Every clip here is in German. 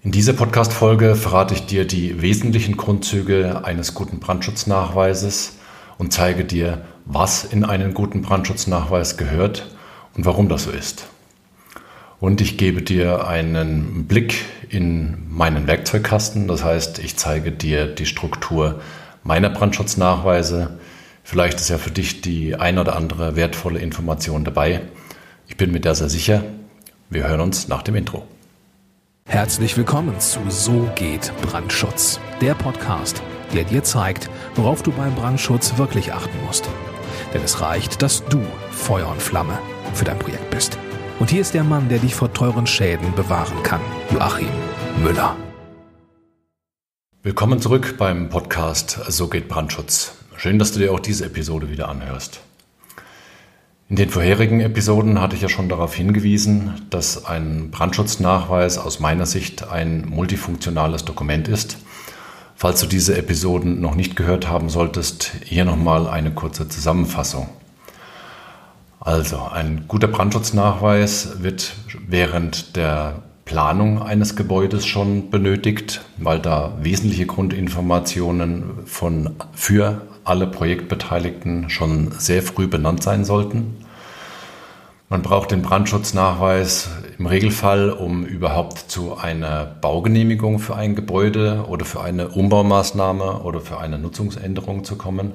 In dieser Podcast-Folge verrate ich dir die wesentlichen Grundzüge eines guten Brandschutznachweises und zeige dir, was in einen guten Brandschutznachweis gehört und warum das so ist. Und ich gebe dir einen Blick in meinen Werkzeugkasten, das heißt, ich zeige dir die Struktur meiner Brandschutznachweise. Vielleicht ist ja für dich die ein oder andere wertvolle Information dabei. Ich bin mir da sehr sicher. Wir hören uns nach dem Intro. Herzlich willkommen zu So geht Brandschutz, der Podcast, der dir zeigt, worauf du beim Brandschutz wirklich achten musst. Denn es reicht, dass du Feuer und Flamme für dein Projekt bist. Und hier ist der Mann, der dich vor teuren Schäden bewahren kann, Joachim Müller. Willkommen zurück beim Podcast So geht Brandschutz. Schön, dass du dir auch diese Episode wieder anhörst. In den vorherigen Episoden hatte ich ja schon darauf hingewiesen, dass ein Brandschutznachweis aus meiner Sicht ein multifunktionales Dokument ist. Falls du diese Episoden noch nicht gehört haben solltest, hier nochmal eine kurze Zusammenfassung. Also, ein guter Brandschutznachweis wird während der Planung eines Gebäudes schon benötigt, weil da wesentliche Grundinformationen für alle Projektbeteiligten schon sehr früh benannt sein sollten. Man braucht den Brandschutznachweis im Regelfall, um überhaupt zu einer Baugenehmigung für ein Gebäude oder für eine Umbaumaßnahme oder für eine Nutzungsänderung zu kommen.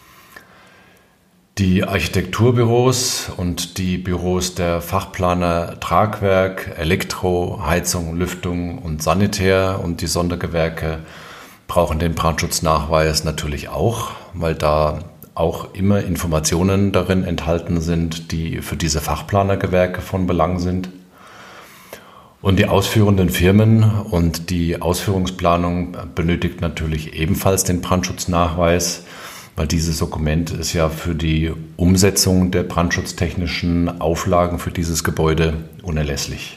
Die Architekturbüros und die Büros der Fachplaner Tragwerk, Elektro, Heizung, Lüftung und Sanitär und die Sondergewerke brauchen den Brandschutznachweis natürlich auch, weil da auch immer Informationen darin enthalten sind, die für diese Fachplanergewerke von Belang sind. Und die ausführenden Firmen und die Ausführungsplanung benötigt natürlich ebenfalls den Brandschutznachweis, weil dieses Dokument ist ja für die Umsetzung der brandschutztechnischen Auflagen für dieses Gebäude unerlässlich.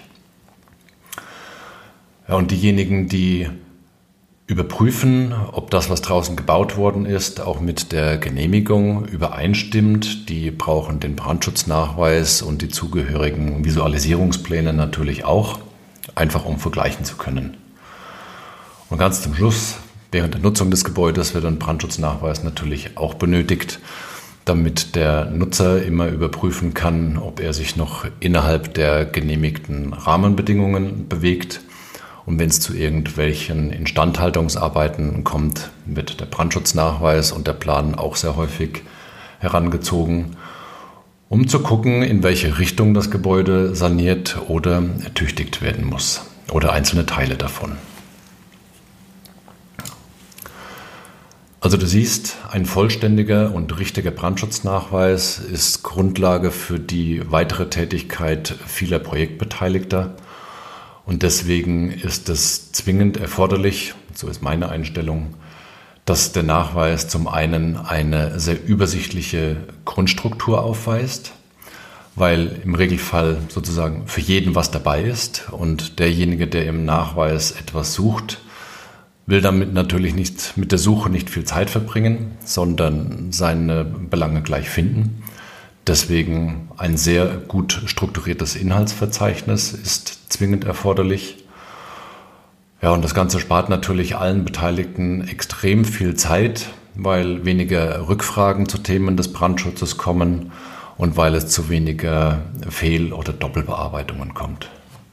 Ja, und diejenigen, die überprüfen, ob das, was draußen gebaut worden ist, auch mit der Genehmigung übereinstimmt, die brauchen den Brandschutznachweis und die zugehörigen Visualisierungspläne natürlich auch, einfach um vergleichen zu können. Und ganz zum Schluss, während der Nutzung des Gebäudes wird ein Brandschutznachweis natürlich auch benötigt, damit der Nutzer immer überprüfen kann, ob er sich noch innerhalb der genehmigten Rahmenbedingungen bewegt. Und wenn es zu irgendwelchen Instandhaltungsarbeiten kommt, wird der Brandschutznachweis und der Plan auch sehr häufig herangezogen, um zu gucken, in welche Richtung das Gebäude saniert oder ertüchtigt werden muss oder einzelne Teile davon. Also du siehst, ein vollständiger und richtiger Brandschutznachweis ist Grundlage für die weitere Tätigkeit vieler Projektbeteiligter. Und deswegen ist es zwingend erforderlich, so ist meine Einstellung, dass der Nachweis zum einen eine sehr übersichtliche Grundstruktur aufweist, weil im Regelfall sozusagen für jeden was dabei ist und derjenige, der im Nachweis etwas sucht, will damit natürlich nicht mit der Suche nicht viel Zeit verbringen, sondern seine Belange gleich finden. Deswegen ein sehr gut strukturiertes Inhaltsverzeichnis ist zwingend erforderlich. Ja, und das Ganze spart natürlich allen Beteiligten extrem viel Zeit, weil weniger Rückfragen zu Themen des Brandschutzes kommen und weil es zu weniger Fehl- oder Doppelbearbeitungen kommt.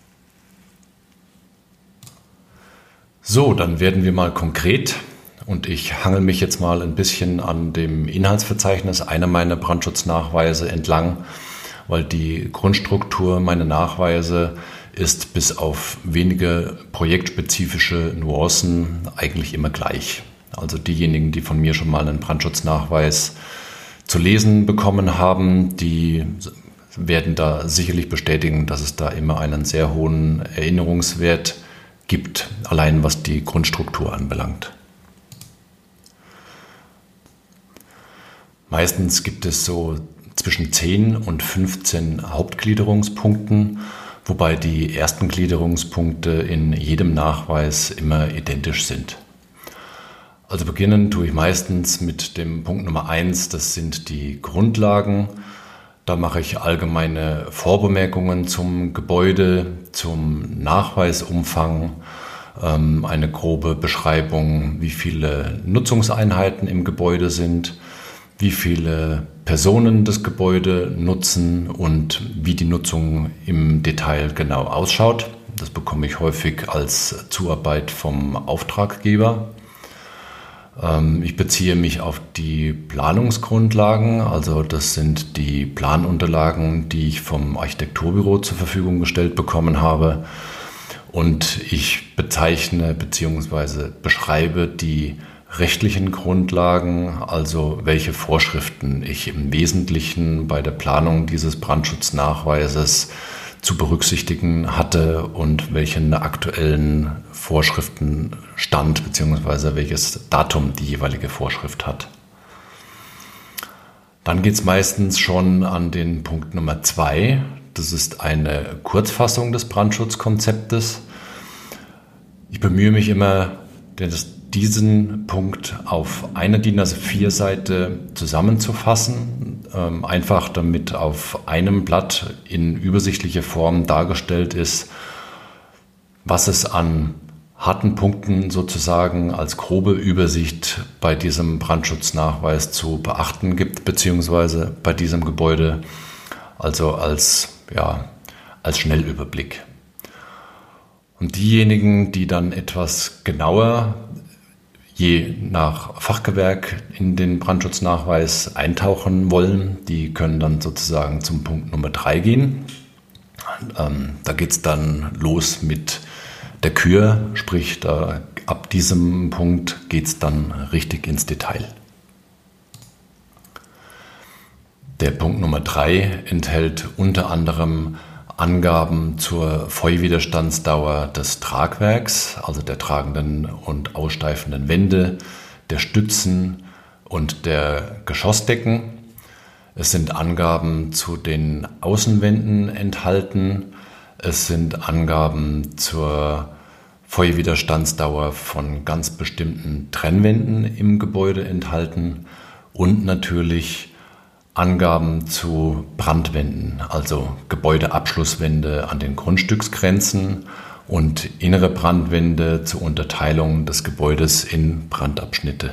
So, dann werden wir mal konkret. Und ich hangel mich jetzt mal ein bisschen an dem Inhaltsverzeichnis einer meiner Brandschutznachweise entlang, weil die Grundstruktur meiner Nachweise ist bis auf wenige projektspezifische Nuancen eigentlich immer gleich. Also diejenigen, die von mir schon mal einen Brandschutznachweis zu lesen bekommen haben, die werden da sicherlich bestätigen, dass es da immer einen sehr hohen Erinnerungswert gibt, allein was die Grundstruktur anbelangt. Meistens gibt es so zwischen 10 und 15 Hauptgliederungspunkten, wobei die ersten Gliederungspunkte in jedem Nachweis immer identisch sind. Also beginnen tue ich meistens mit dem Punkt Nummer 1, das sind die Grundlagen. Da mache ich allgemeine Vorbemerkungen zum Gebäude, zum Nachweisumfang, eine grobe Beschreibung, wie viele Nutzungseinheiten im Gebäude sind, wie viele Personen das Gebäude nutzen und wie die Nutzung im Detail genau ausschaut. Das bekomme ich häufig als Zuarbeit vom Auftraggeber. Ich beziehe mich auf die Planungsgrundlagen, also das sind die Planunterlagen, die ich vom Architekturbüro zur Verfügung gestellt bekommen habe. Und ich bezeichne bzw. beschreibe die rechtlichen Grundlagen, also welche Vorschriften ich im Wesentlichen bei der Planung dieses Brandschutznachweises zu berücksichtigen hatte und welchen aktuellen Vorschriftenstand bzw. welches Datum die jeweilige Vorschrift hat. Dann geht es meistens schon an den Punkt Nummer 2. Das ist eine Kurzfassung des Brandschutzkonzeptes. Ich bemühe mich immer, diesen Punkt auf eine DIN A4-Seite zusammenzufassen, einfach damit auf einem Blatt in übersichtlicher Form dargestellt ist, was es an harten Punkten sozusagen als grobe Übersicht bei diesem Brandschutznachweis zu beachten gibt, beziehungsweise bei diesem Gebäude, also als Schnellüberblick. Und diejenigen, die dann etwas genauer je nach Fachgewerk in den Brandschutznachweis eintauchen wollen, die können dann sozusagen zum Punkt Nummer 3 gehen. Da geht es dann los mit der Kür, sprich ab diesem Punkt geht es dann richtig ins Detail. Der Punkt Nummer 3 enthält unter anderem Angaben zur Feuerwiderstandsdauer des Tragwerks, also der tragenden und aussteifenden Wände, der Stützen und der Geschossdecken. Es sind Angaben zu den Außenwänden enthalten. Es sind Angaben zur Feuerwiderstandsdauer von ganz bestimmten Trennwänden im Gebäude enthalten und natürlich Angaben zu Brandwänden, also Gebäudeabschlusswände an den Grundstücksgrenzen und innere Brandwände zur Unterteilung des Gebäudes in Brandabschnitte.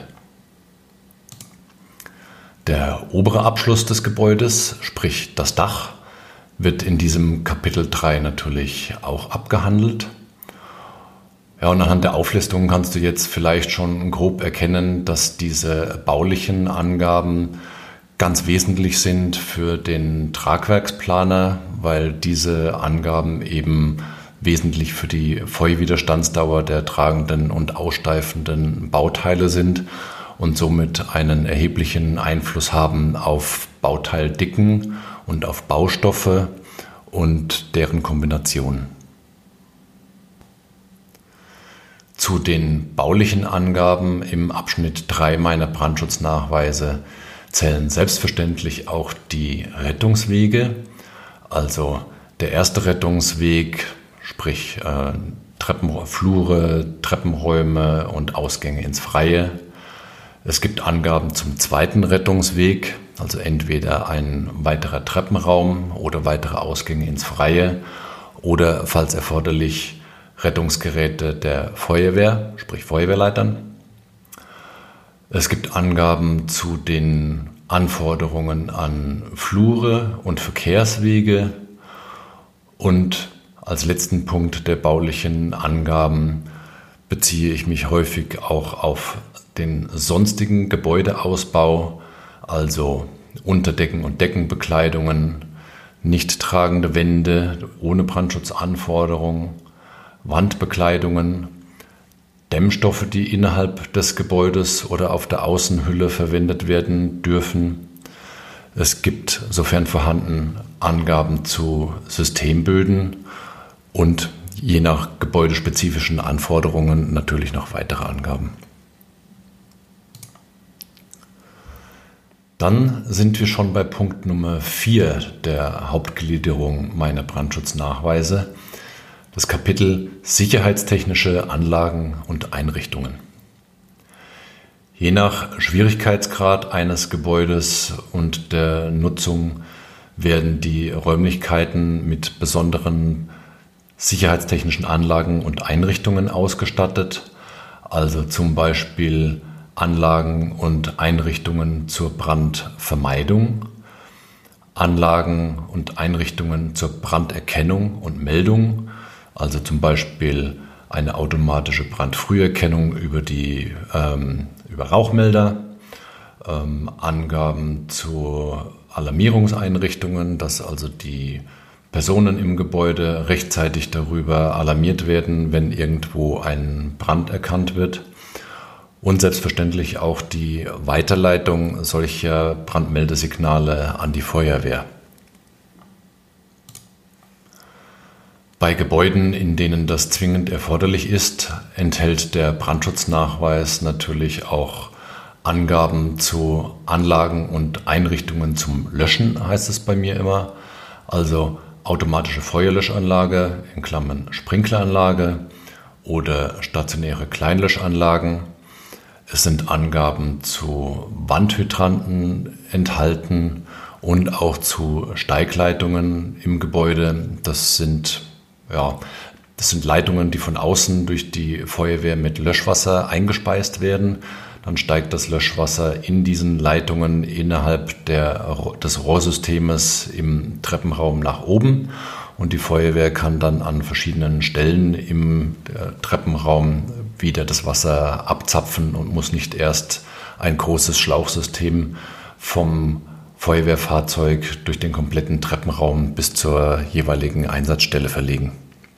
Der obere Abschluss des Gebäudes, sprich das Dach, wird in diesem Kapitel 3 natürlich auch abgehandelt. Ja, und anhand der Auflistung kannst du jetzt vielleicht schon grob erkennen, dass diese baulichen Angaben ganz wesentlich sind für den Tragwerksplaner, weil diese Angaben eben wesentlich für die Feuerwiderstandsdauer der tragenden und aussteifenden Bauteile sind und somit einen erheblichen Einfluss haben auf Bauteildicken und auf Baustoffe und deren Kombination. Zu den baulichen Angaben im Abschnitt 3 meiner Brandschutznachweise zählen selbstverständlich auch die Rettungswege, also der erste Rettungsweg, sprich Flure, Treppenräume und Ausgänge ins Freie. Es gibt Angaben zum zweiten Rettungsweg, also entweder ein weiterer Treppenraum oder weitere Ausgänge ins Freie oder, falls erforderlich, Rettungsgeräte der Feuerwehr, sprich Feuerwehrleitern. Es gibt Angaben zu den Anforderungen an Flure und Verkehrswege und als letzten Punkt der baulichen Angaben beziehe ich mich häufig auch auf den sonstigen Gebäudeausbau, also Unterdecken und Deckenbekleidungen, nicht tragende Wände ohne Brandschutzanforderungen, Wandbekleidungen, Dämmstoffe, die innerhalb des Gebäudes oder auf der Außenhülle verwendet werden dürfen. Es gibt, sofern vorhanden, Angaben zu Systemböden und je nach gebäudespezifischen Anforderungen natürlich noch weitere Angaben. Dann sind wir schon bei Punkt Nummer 4 der Hauptgliederung meiner Brandschutznachweise. Das Kapitel Sicherheitstechnische Anlagen und Einrichtungen. Je nach Schwierigkeitsgrad eines Gebäudes und der Nutzung werden die Räumlichkeiten mit besonderen sicherheitstechnischen Anlagen und Einrichtungen ausgestattet, also zum Beispiel Anlagen und Einrichtungen zur Brandvermeidung, Anlagen und Einrichtungen zur Branderkennung und Meldung, also zum Beispiel eine automatische Brandfrüherkennung über Rauchmelder, Angaben zu Alarmierungseinrichtungen, dass also die Personen im Gebäude rechtzeitig darüber alarmiert werden, wenn irgendwo ein Brand erkannt wird. Und selbstverständlich auch die Weiterleitung solcher Brandmeldesignale an die Feuerwehr. Bei Gebäuden, in denen das zwingend erforderlich ist, enthält der Brandschutznachweis natürlich auch Angaben zu Anlagen und Einrichtungen zum Löschen, heißt es bei mir immer. Also automatische Feuerlöschanlage, in Klammern Sprinkleranlage oder stationäre Kleinlöschanlagen. Es sind Angaben zu Wandhydranten enthalten und auch zu Steigleitungen im Gebäude. Das sind Leitungen, die von außen durch die Feuerwehr mit Löschwasser eingespeist werden. Dann steigt das Löschwasser in diesen Leitungen innerhalb des Rohrsystems im Treppenraum nach oben und die Feuerwehr kann dann an verschiedenen Stellen im Treppenraum wieder das Wasser abzapfen und muss nicht erst ein großes Schlauchsystem vom Feuerwehrfahrzeug durch den kompletten Treppenraum bis zur jeweiligen Einsatzstelle verlegen.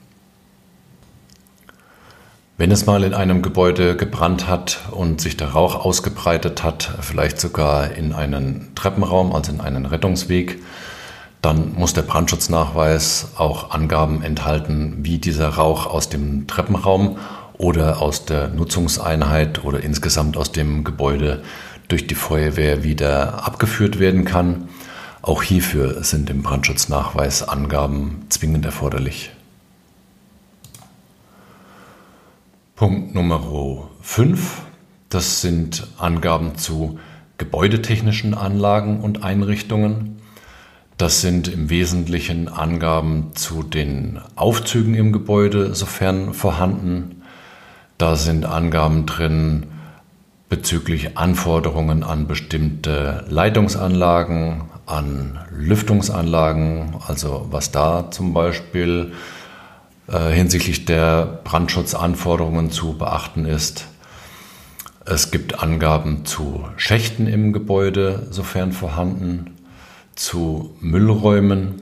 Wenn es mal in einem Gebäude gebrannt hat und sich der Rauch ausgebreitet hat, vielleicht sogar in einen Treppenraum, also in einen Rettungsweg, dann muss der Brandschutznachweis auch Angaben enthalten, wie dieser Rauch aus dem Treppenraum oder aus der Nutzungseinheit oder insgesamt aus dem Gebäude durch die Feuerwehr wieder abgeführt werden kann. Auch hierfür sind im Brandschutznachweis Angaben zwingend erforderlich. Punkt Nummer 5, das sind Angaben zu gebäudetechnischen Anlagen und Einrichtungen. Das sind im Wesentlichen Angaben zu den Aufzügen im Gebäude, sofern vorhanden. Da sind Angaben drin bezüglich Anforderungen an bestimmte Leitungsanlagen, an Lüftungsanlagen, also was da zum Beispiel hinsichtlich der Brandschutzanforderungen zu beachten ist. Es gibt Angaben zu Schächten im Gebäude, sofern vorhanden, zu Müllräumen.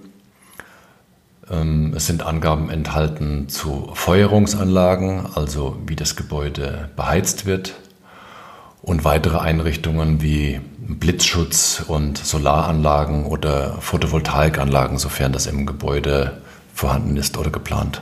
Es sind Angaben enthalten zu Feuerungsanlagen, also wie das Gebäude beheizt wird und weitere Einrichtungen wie Blitzschutz und Solaranlagen oder Photovoltaikanlagen, sofern das im Gebäude vorhanden ist oder geplant.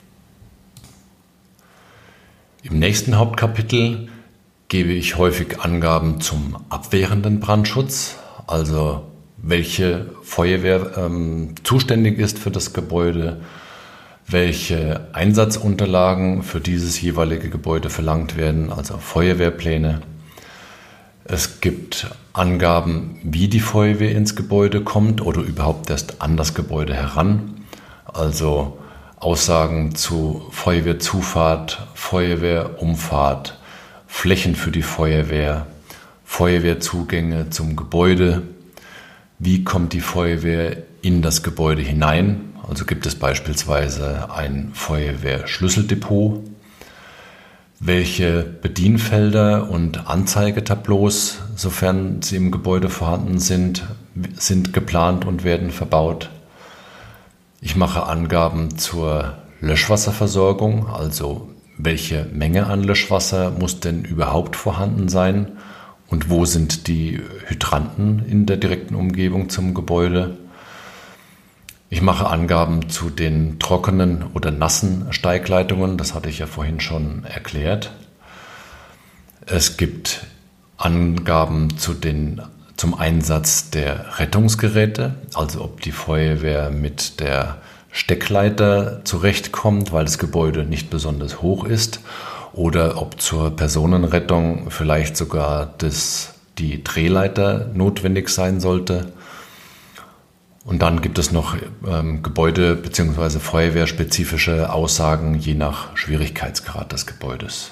Im nächsten Hauptkapitel gebe ich häufig Angaben zum abwehrenden Brandschutz, also welche Feuerwehr zuständig ist für das Gebäude, welche Einsatzunterlagen für dieses jeweilige Gebäude verlangt werden, also Feuerwehrpläne. Es gibt Angaben, wie die Feuerwehr ins Gebäude kommt oder überhaupt erst an das Gebäude heran, also Aussagen zu Feuerwehrzufahrt, Feuerwehrumfahrt, Flächen für die Feuerwehr, Feuerwehrzugänge zum Gebäude. Wie kommt die Feuerwehr in das Gebäude hinein? Also gibt es beispielsweise ein Feuerwehrschlüsseldepot? Welche Bedienfelder und Anzeigetableaus, sofern sie im Gebäude vorhanden sind, sind geplant und werden verbaut? Ich mache Angaben zur Löschwasserversorgung, also welche Menge an Löschwasser muss denn überhaupt vorhanden sein und wo sind die Hydranten in der direkten Umgebung zum Gebäude. Ich mache Angaben zu den trockenen oder nassen Steigleitungen, das hatte ich ja vorhin schon erklärt. Es gibt Angaben zum Einsatz der Rettungsgeräte, also ob die Feuerwehr mit der Steckleiter zurechtkommt, weil das Gebäude nicht besonders hoch ist, oder ob zur Personenrettung vielleicht sogar die Drehleiter notwendig sein sollte. Und dann gibt es noch Gebäude- bzw. feuerwehrspezifische Aussagen je nach Schwierigkeitsgrad des Gebäudes.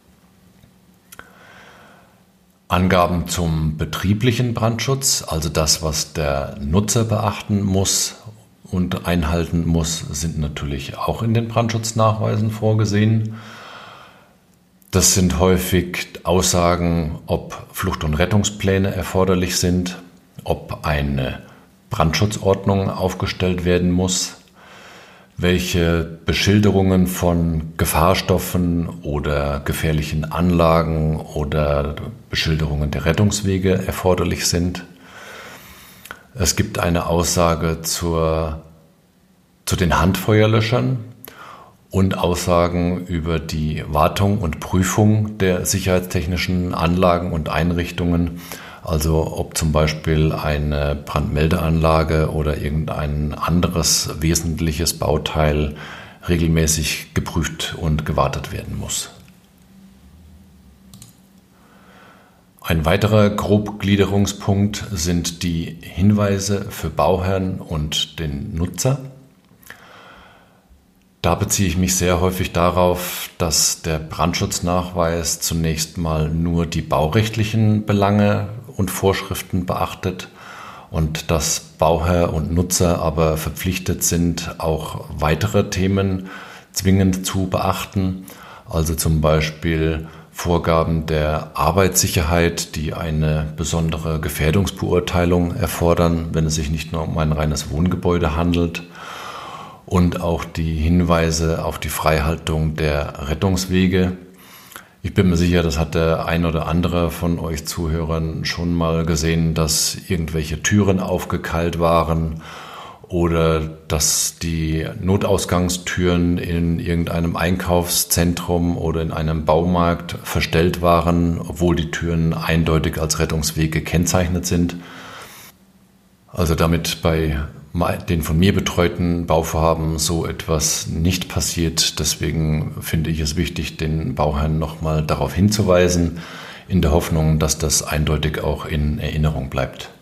Angaben zum betrieblichen Brandschutz, also das, was der Nutzer beachten muss und einhalten muss, sind natürlich auch in den Brandschutznachweisen vorgesehen. Das sind häufig Aussagen, ob Flucht- und Rettungspläne erforderlich sind, ob eine Brandschutzordnung aufgestellt werden muss, welche Beschilderungen von Gefahrstoffen oder gefährlichen Anlagen oder Beschilderungen der Rettungswege erforderlich sind. Es gibt eine Aussage zu den Handfeuerlöschern und Aussagen über die Wartung und Prüfung der sicherheitstechnischen Anlagen und Einrichtungen, also ob zum Beispiel eine Brandmeldeanlage oder irgendein anderes wesentliches Bauteil regelmäßig geprüft und gewartet werden muss. Ein weiterer Grobgliederungspunkt sind die Hinweise für Bauherrn und den Nutzer. Da beziehe ich mich sehr häufig darauf, dass der Brandschutznachweis zunächst mal nur die baurechtlichen Belange und Vorschriften beachtet und dass Bauherr und Nutzer aber verpflichtet sind, auch weitere Themen zwingend zu beachten, also zum Beispiel Vorgaben der Arbeitssicherheit, die eine besondere Gefährdungsbeurteilung erfordern, wenn es sich nicht nur um ein reines Wohngebäude handelt, und auch die Hinweise auf die Freihaltung der Rettungswege. Ich bin mir sicher, das hat der ein oder andere von euch Zuhörern schon mal gesehen, dass irgendwelche Türen aufgekeilt waren oder dass die Notausgangstüren in irgendeinem Einkaufszentrum oder in einem Baumarkt verstellt waren, obwohl die Türen eindeutig als Rettungsweg gekennzeichnet sind. Also damit bei den von mir betreuten Bauvorhaben so etwas nicht passiert. Deswegen finde ich es wichtig, den Bauherrn nochmal darauf hinzuweisen, in der Hoffnung, dass das eindeutig auch in Erinnerung bleibt.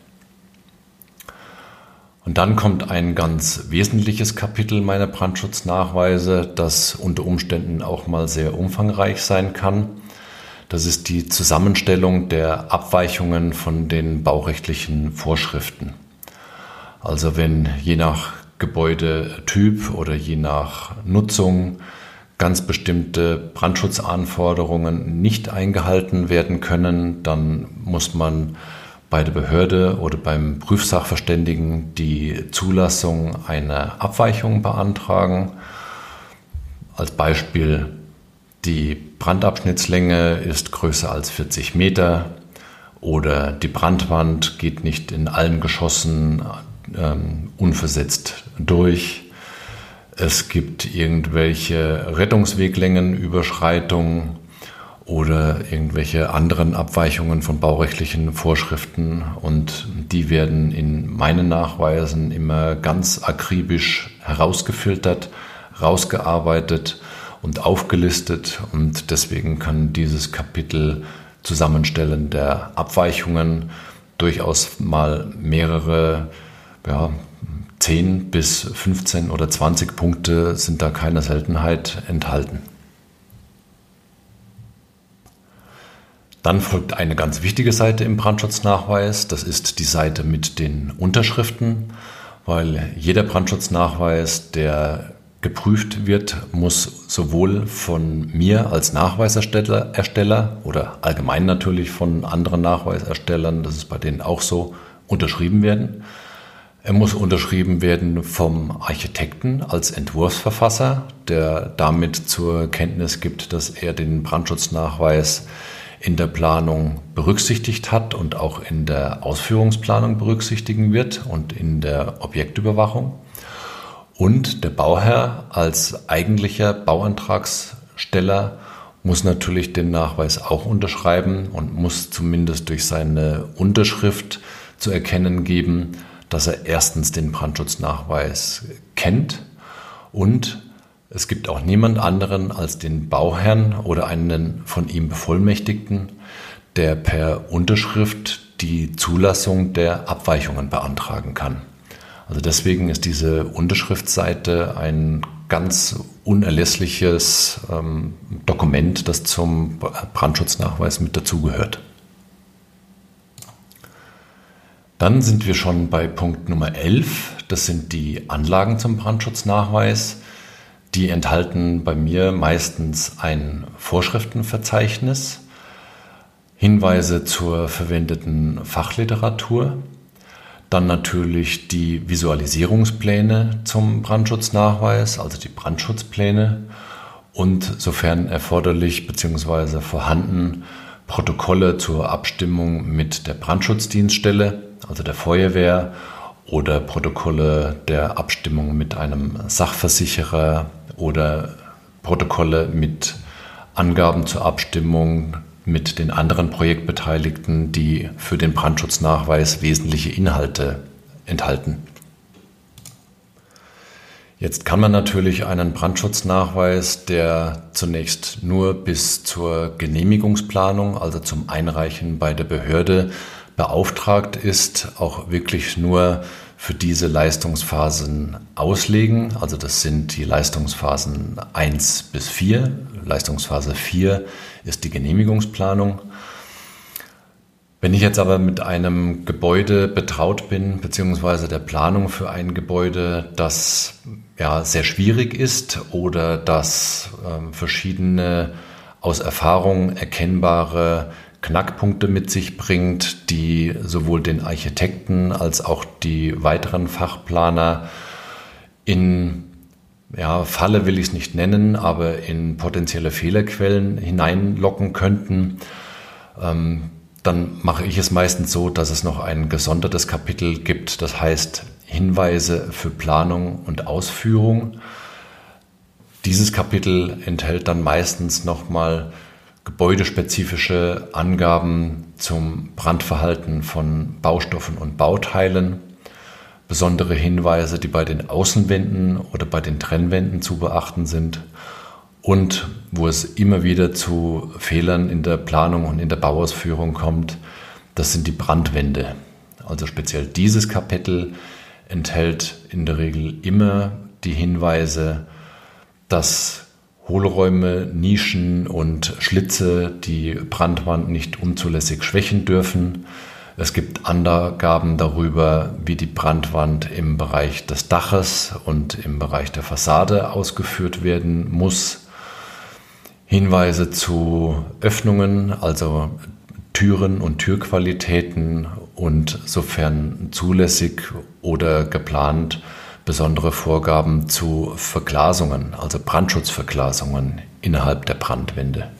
Und dann kommt ein ganz wesentliches Kapitel meiner Brandschutznachweise, das unter Umständen auch mal sehr umfangreich sein kann. Das ist die Zusammenstellung der Abweichungen von den baurechtlichen Vorschriften. Also wenn je nach Gebäudetyp oder je nach Nutzung ganz bestimmte Brandschutzanforderungen nicht eingehalten werden können, dann muss man bei der Behörde oder beim Prüfsachverständigen die Zulassung einer Abweichung beantragen. Als Beispiel, die Brandabschnittslänge ist größer als 40 Meter oder die Brandwand geht nicht in allen Geschossen unversetzt durch. Es gibt irgendwelche Rettungsweglängenüberschreitungen oder irgendwelche anderen Abweichungen von baurechtlichen Vorschriften und die werden in meinen Nachweisen immer ganz akribisch herausgefiltert, rausgearbeitet und aufgelistet und deswegen kann dieses Kapitel Zusammenstellen der Abweichungen durchaus mal mehrere 10 bis 15 oder 20 Punkte sind da keine Seltenheit enthalten. Dann folgt eine ganz wichtige Seite im Brandschutznachweis, das ist die Seite mit den Unterschriften, weil jeder Brandschutznachweis, der geprüft wird, muss sowohl von mir als Nachweisersteller oder allgemein natürlich von anderen Nachweiserstellern, das ist bei denen auch so, unterschrieben werden. Er muss unterschrieben werden vom Architekten als Entwurfsverfasser, der damit zur Kenntnis gibt, dass er den Brandschutznachweis in der Planung berücksichtigt hat und auch in der Ausführungsplanung berücksichtigen wird und in der Objektüberwachung. Und der Bauherr als eigentlicher Bauantragssteller muss natürlich den Nachweis auch unterschreiben und muss zumindest durch seine Unterschrift zu erkennen geben, dass er erstens den Brandschutznachweis kennt und es gibt auch niemand anderen als den Bauherrn oder einen von ihm Bevollmächtigten, der per Unterschrift die Zulassung der Abweichungen beantragen kann. Also deswegen ist diese Unterschriftsseite ein ganz unerlässliches Dokument, das zum Brandschutznachweis mit dazugehört. Dann sind wir schon bei Punkt Nummer 11. Das sind die Anlagen zum Brandschutznachweis. Die enthalten bei mir meistens ein Vorschriftenverzeichnis, Hinweise zur verwendeten Fachliteratur, dann natürlich die Visualisierungspläne zum Brandschutznachweis, also die Brandschutzpläne und sofern erforderlich bzw. vorhanden Protokolle zur Abstimmung mit der Brandschutzdienststelle, also der Feuerwehr, oder Protokolle der Abstimmung mit einem Sachversicherer oder Protokolle mit Angaben zur Abstimmung mit den anderen Projektbeteiligten, die für den Brandschutznachweis wesentliche Inhalte enthalten. Jetzt kann man natürlich einen Brandschutznachweis, der zunächst nur bis zur Genehmigungsplanung, also zum Einreichen bei der Behörde, beauftragt ist, auch wirklich nur für diese Leistungsphasen auslegen. Also das sind die Leistungsphasen 1 bis 4. Leistungsphase 4 ist die Genehmigungsplanung. Wenn ich jetzt aber mit einem Gebäude betraut bin, beziehungsweise der Planung für ein Gebäude, das sehr schwierig ist oder das verschiedene aus Erfahrung erkennbare Knackpunkte mit sich bringt, die sowohl den Architekten als auch die weiteren Fachplaner in Falle will ich es nicht nennen, aber in potenzielle Fehlerquellen hineinlocken könnten, dann mache ich es meistens so, dass es noch ein gesondertes Kapitel gibt, das heißt Hinweise für Planung und Ausführung. Dieses Kapitel enthält dann meistens nochmal gebäudespezifische Angaben zum Brandverhalten von Baustoffen und Bauteilen, besondere Hinweise, die bei den Außenwänden oder bei den Trennwänden zu beachten sind und wo es immer wieder zu Fehlern in der Planung und in der Bauausführung kommt, das sind die Brandwände. Also speziell dieses Kapitel enthält in der Regel immer die Hinweise, dass Hohlräume, Nischen und Schlitze die Brandwand nicht unzulässig schwächen dürfen. Es gibt Angaben darüber, wie die Brandwand im Bereich des Daches und im Bereich der Fassade ausgeführt werden muss. Hinweise zu Öffnungen, also Türen und Türqualitäten und sofern zulässig oder geplant besondere Vorgaben zu Verglasungen, also Brandschutzverglasungen innerhalb der Brandwände.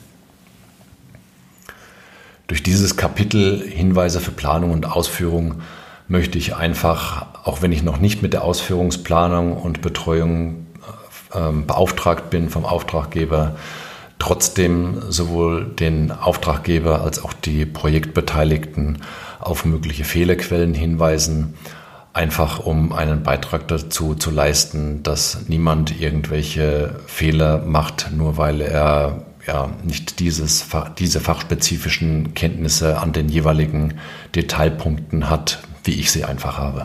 Durch dieses Kapitel Hinweise für Planung und Ausführung möchte ich einfach, auch wenn ich noch nicht mit der Ausführungsplanung und Betreuung beauftragt bin vom Auftraggeber, trotzdem sowohl den Auftraggeber als auch die Projektbeteiligten auf mögliche Fehlerquellen hinweisen, einfach um einen Beitrag dazu zu leisten, dass niemand irgendwelche Fehler macht, nur weil er nicht diese fachspezifischen Kenntnisse an den jeweiligen Detailpunkten hat, wie ich sie einfach habe.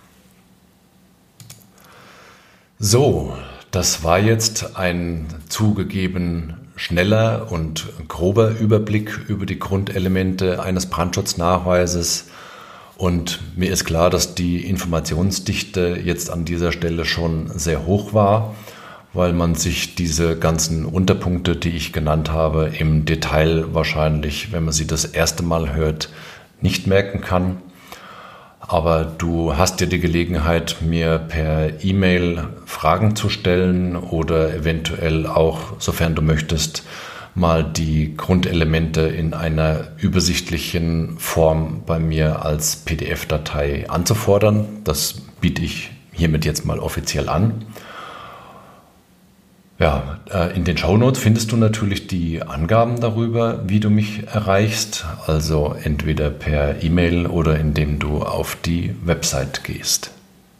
So, das war jetzt ein zugegeben schneller und grober Überblick über die Grundelemente eines Brandschutznachweises. Und mir ist klar, dass die Informationsdichte jetzt an dieser Stelle schon sehr hoch war, weil man sich diese ganzen Unterpunkte, die ich genannt habe, im Detail wahrscheinlich, wenn man sie das erste Mal hört, nicht merken kann. Aber du hast dir die Gelegenheit, mir per E-Mail Fragen zu stellen oder eventuell auch, sofern du möchtest, mal die Grundelemente in einer übersichtlichen Form bei mir als PDF-Datei anzufordern. Das biete ich hiermit jetzt mal offiziell an. Ja, in den Shownotes findest du natürlich die Angaben darüber, wie du mich erreichst, also entweder per E-Mail oder indem du auf die Website gehst.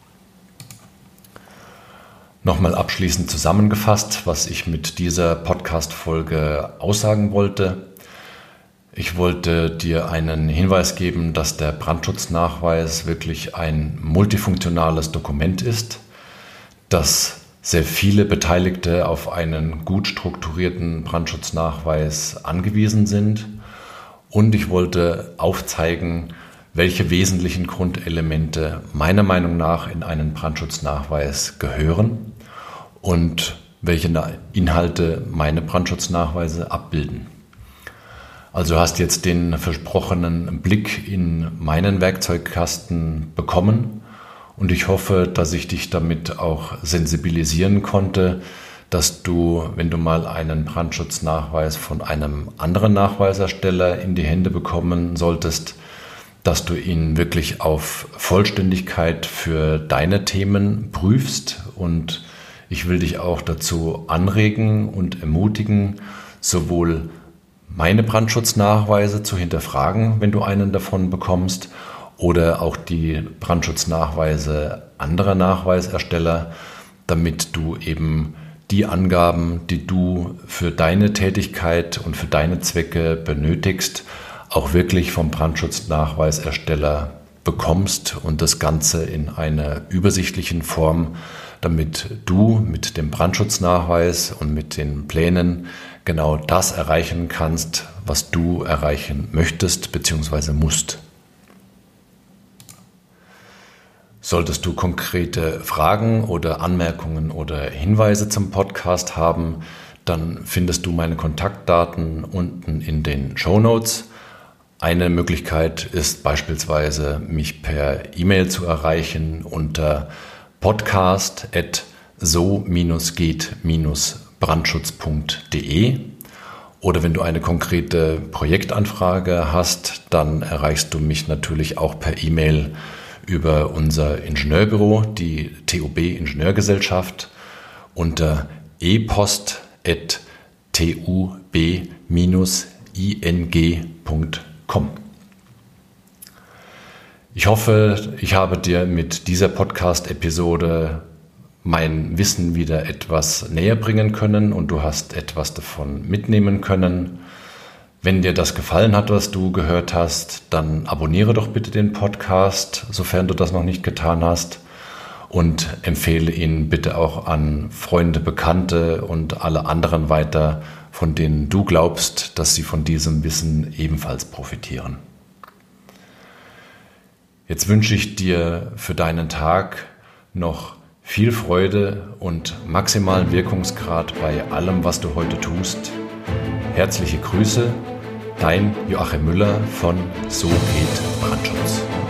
Nochmal abschließend zusammengefasst, was ich mit dieser Podcast-Folge aussagen wollte. Ich wollte dir einen Hinweis geben, dass der Brandschutznachweis wirklich ein multifunktionales Dokument ist, dass sehr viele Beteiligte auf einen gut strukturierten Brandschutznachweis angewiesen sind. Und ich wollte aufzeigen, welche wesentlichen Grundelemente meiner Meinung nach in einen Brandschutznachweis gehören und welche Inhalte meine Brandschutznachweise abbilden. Also du hast jetzt den versprochenen Blick in meinen Werkzeugkasten bekommen und ich hoffe, dass ich dich damit auch sensibilisieren konnte, dass du, wenn du mal einen Brandschutznachweis von einem anderen Nachweisersteller in die Hände bekommen solltest, dass du ihn wirklich auf Vollständigkeit für deine Themen prüfst, und ich will dich auch dazu anregen und ermutigen, sowohl meine Brandschutznachweise zu hinterfragen, wenn du einen davon bekommst, oder auch die Brandschutznachweise anderer Nachweisersteller, damit du eben die Angaben, die du für deine Tätigkeit und für deine Zwecke benötigst, auch wirklich vom Brandschutznachweisersteller bekommst, und das Ganze in einer übersichtlichen Form, damit du mit dem Brandschutznachweis und mit den Plänen genau das erreichen kannst, was du erreichen möchtest bzw. musst. Solltest du konkrete Fragen oder Anmerkungen oder Hinweise zum Podcast haben, dann findest du meine Kontaktdaten unten in den Shownotes. Eine Möglichkeit ist beispielsweise, mich per E-Mail zu erreichen unter podcast@so-geht-brandschutz.de, oder wenn du eine konkrete Projektanfrage hast, dann erreichst du mich natürlich auch per E-Mail über unser Ingenieurbüro, die TUB Ingenieurgesellschaft, unter epost@tub-ing.com. Ich hoffe, ich habe dir mit dieser Podcast-Episode mein Wissen wieder etwas näher bringen können und du hast etwas davon mitnehmen können. Wenn dir das gefallen hat, was du gehört hast, dann abonniere doch bitte den Podcast, sofern du das noch nicht getan hast, und empfehle ihn bitte auch an Freunde, Bekannte und alle anderen weiter, von denen du glaubst, dass sie von diesem Wissen ebenfalls profitieren. Jetzt wünsche ich dir für deinen Tag noch viel Freude und maximalen Wirkungsgrad bei allem, was du heute tust. Herzliche Grüße, dein Joachim Müller von So geht Brandschutz.